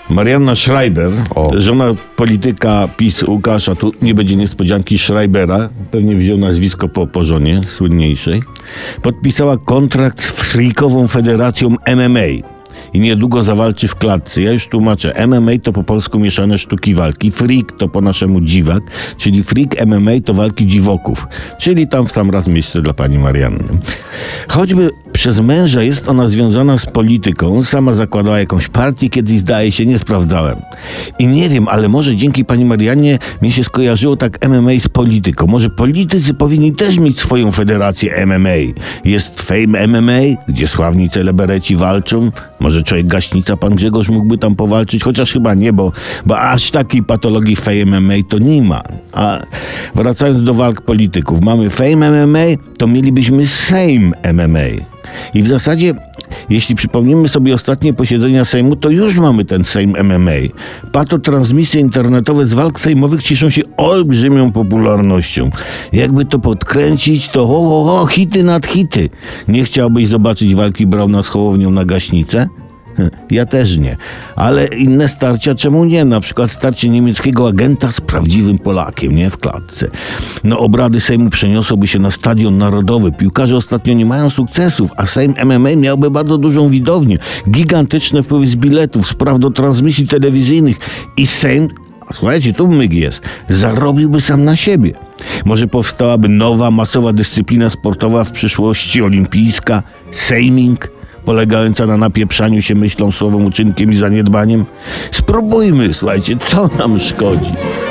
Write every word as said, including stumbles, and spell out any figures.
Marianna Schreiber, O. żona polityka PiS Łukasza, tu nie będzie niespodzianki, Schreibera, pewnie wziął nazwisko po, po żonie słynniejszej, podpisała kontrakt z Freakową Federacją M M A. I niedługo zawalczy w klatce. Ja już tłumaczę. M M A to po polsku mieszane sztuki walki. Freak to po naszemu dziwak, czyli freak M M A to walki dziwoków. Czyli tam w sam raz miejsce dla pani Marianny. Choćby przez męża jest ona związana z polityką. Sama zakładała jakąś partię, kiedyś zdaje się, nie sprawdzałem. I nie wiem, ale może dzięki pani Mariannie mi się skojarzyło tak M M A z polityką. Może politycy powinni też mieć swoją federację M M A. Jest Fame M M A, gdzie sławni celebryci walczą. Może człowiek gaśnica, pan Grzegorz mógłby tam powalczyć, chociaż chyba nie, bo, bo aż takiej patologii Fame M M A to nie ma. A wracając do walk polityków, mamy Fame M M A, to mielibyśmy Sejm M M A. I w zasadzie, jeśli przypomnimy sobie ostatnie posiedzenia Sejmu, to już mamy ten Sejm M M A. Patotransmisje internetowe z walk sejmowych cieszą się olbrzymią popularnością. Jakby to podkręcić, to ho, ho, ho, hity nad hity. Nie chciałbyś zobaczyć walki Brauna z Hołownią na gaśnicę? Ja też nie. Ale inne starcia czemu nie? Na przykład starcie niemieckiego agenta z prawdziwym Polakiem, nie? W klatce. No obrady Sejmu przeniosłyby się na Stadion Narodowy. Piłkarze ostatnio nie mają sukcesów, a Sejm M M A miałby bardzo dużą widownię. Gigantyczne wpływy z biletów, z praw do transmisji telewizyjnych. I Sejm, a słuchajcie, tu myk jest, zarobiłby sam na siebie. Może powstałaby nowa, masowa dyscyplina sportowa w przyszłości, olimpijska, sejming, polegająca na napieprzaniu się myślą, słowem, uczynkiem i zaniedbaniem. Spróbujmy, słuchajcie, co nam szkodzi.